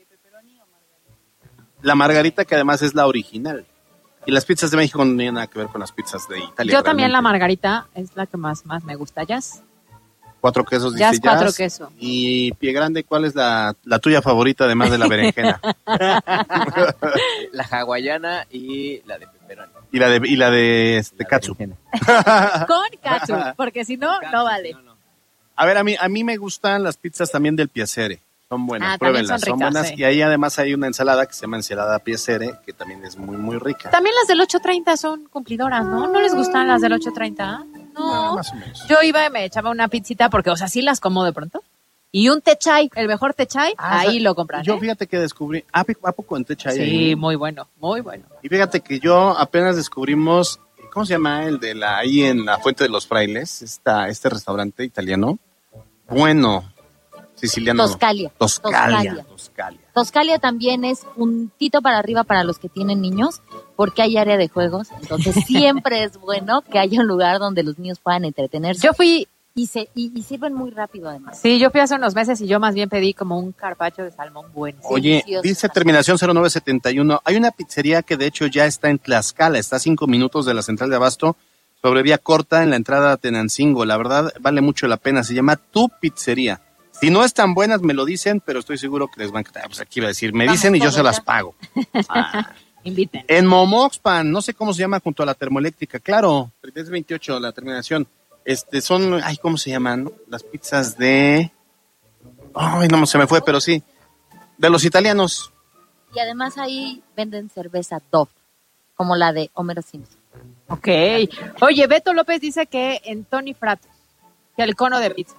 La margarita, que además es la original. Y las pizzas de México no tienen nada que ver con las pizzas de Italia. Yo también la realmente. margarita es la que más, más me gusta. ¿Jazz? Cuatro quesos, Jazz, dice cuatro Jazz. queso. Y Pie Grande, ¿cuál es la, la tuya favorita además de la berenjena? La hawaiana y la de pepperoni. y la de, y la de este, katsu. Con katsu, porque si no, no vale. A ver, a mí, a mí me gustan las pizzas también del Piacere. Son buenas, Ah, también pruébenlas, son son, ricas, buenas. sí. Y ahí además hay una ensalada que se llama ensalada Piacere, que también es muy, muy rica. También las del ocho treinta son cumplidoras, ¿no? ¿No les gustan las del ocho treinta? No. Más o menos. Yo iba y me echaba una pizzita porque, o sea, sí las como de pronto. Y un techay, el mejor techay, Ah, ahí o sea, lo compran. Yo ¿eh? fíjate que descubrí, ¿a pi- a poco en Techa hay Sí, ahí? muy bueno, muy bueno. Y fíjate que yo apenas descubrimos, ¿cómo se llama el de la, ahí en la Fuente de los Frailes? Esta, este restaurante italiano. Bueno, siciliano. no. Toscalia. Toscalia. Toscalia. Toscalia. Toscalia también es puntito para arriba para los que tienen niños, porque hay área de juegos, entonces siempre es bueno que haya un lugar donde los niños puedan entretenerse. Yo fui... Y, se, y, y sirven muy rápido además. Sí, yo fui hace unos meses y yo más bien pedí como un carpaccio de salmón bueno. Oye, dice terminación cero nueve setenta y uno. Hay una pizzería que de hecho ya está en Tlaxcala, está a cinco minutos de la central de Abasto, sobre vía corta en la entrada a Tenancingo. La verdad, vale mucho la pena. Se llama Tu Pizzería. Si no están buenas, me lo dicen, pero estoy seguro que les van a encantar. Pues aquí iba a decir, me Vamos, dicen y yo todos se las ya. pago. Ah. Inviten. En Momoxpan, no sé cómo se llama, junto a la termoeléctrica. Claro, tres veintiocho, la terminación. Este, son, ay, ¿cómo se llaman? Las pizzas de... Ay, no se me fue, pero sí. De los italianos. Y además ahí venden cerveza Dove, como la de Homero Simpson. Ok. Oye, Beto López dice que en Tony Fratos, que el cono de pizza.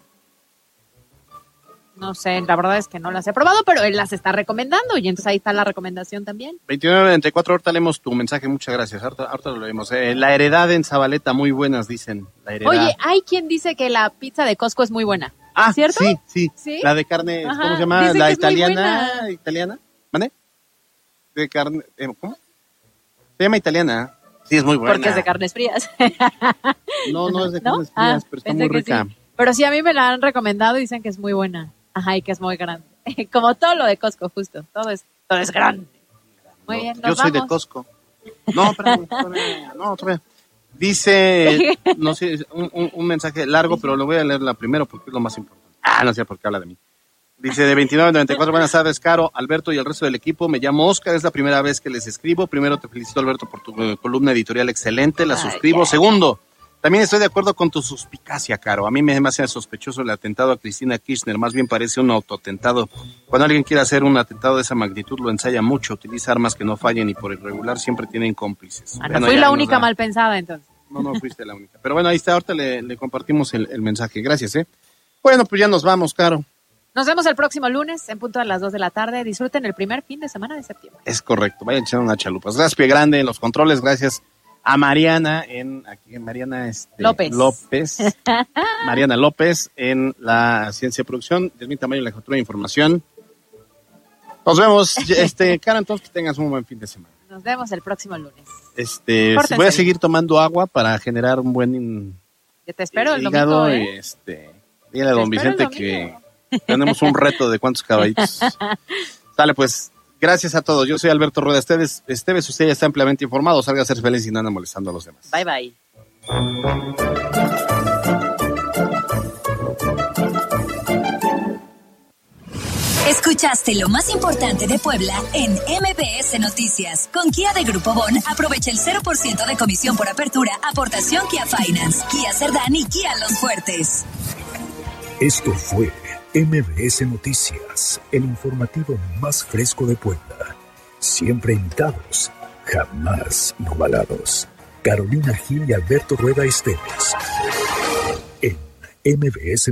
No sé, la verdad es que no las he probado, pero él las está recomendando y entonces ahí está la recomendación también. veintinueve noventa y cuatro, ahorita leemos tu mensaje, muchas gracias. Ahorita, ahorita lo leemos. Eh, la heredad en Zabaleta, muy buenas, dicen. La heredad. Oye, hay quien dice que la pizza de Costco es muy buena. ah, ¿cierto? Sí, sí, ¿Sí? La de carne, Ajá, ¿cómo se llama? dicen La que es muy italiana. buena. ¿Italiana? ¿Vale? De carne, eh, ¿cómo? Se llama italiana. Sí, es muy buena. Porque es de carnes frías. No, no es de ¿No? carnes frías, Ah, pero está pensé muy que rica. sí. Pero sí, a mí me la han recomendado y dicen que es muy buena. Ajá, y que es muy grande. Como todo lo de Costco, justo. Todo es, todo es grande. Muy bien, Yo nos soy de vamos. Costco. No, espérame, todavía, no, todavía. Dice, no sé, un, un, un mensaje largo, pero lo voy a leer la primero porque es lo más importante. Ah, no sé por qué habla de mí. Dice de veintinueve noventa y cuatro, buenas tardes, Caro, Alberto y el resto del equipo. Me llamo Oscar, es la primera vez que les escribo. Primero te felicito, Alberto, por tu eh, columna editorial excelente, la Ay, suscribo. ay. Segundo, también estoy de acuerdo con tu suspicacia, Caro. A mí me hace sospechoso el atentado a Cristina Kirchner, más bien parece un autoatentado. Cuando alguien quiere hacer un atentado de esa magnitud, lo ensaya mucho, utiliza armas que no fallen y por el regular siempre tienen cómplices. Ah, no Bueno, fui ya la nos única da- mal pensada entonces. No, no fuiste la única. Pero bueno, ahí está, ahorita le, le compartimos el, el mensaje. Gracias, ¿eh? Bueno, pues ya nos vamos, Caro. Nos vemos el próximo lunes en punto a las dos de la tarde. Disfruten el primer fin de semana de septiembre. Es correcto, vayan echando una chalupas. Gracias, Pie Grande, en los controles. Gracias a Mariana, en aquí Mariana este, López. López. Mariana López en la ciencia de producción. Desmita Tamayo en la jefatura de información. Nos vemos. Este, Caro, entonces que tengas un buen fin de semana. Nos vemos el próximo lunes. Este, Pórtense voy a bien. seguir tomando agua para generar un buen in- Yo te espero el hígado. domingo, Y ¿eh? este, dígale a Te don espero el Vicente que tenemos un reto de cuántos caballitos. Sale, pues, gracias a todos. Yo soy Alberto Rueda Esteves. Esteves, usted ya está ampliamente informado. Salga a ser feliz y no anda molestando a los demás. Bye, bye. Escuchaste lo más importante de Puebla en M B S Noticias. Con Kia de Grupo Bon, aprovecha el cero por ciento de comisión por apertura, aportación Kia Finance, Kia Cerdán y Kia Los Fuertes. Esto fue M B S Noticias, el informativo más fresco de Puebla. Siempre invitados, jamás igualados. Carolina Gil y Alberto Rueda Esteves. En M B S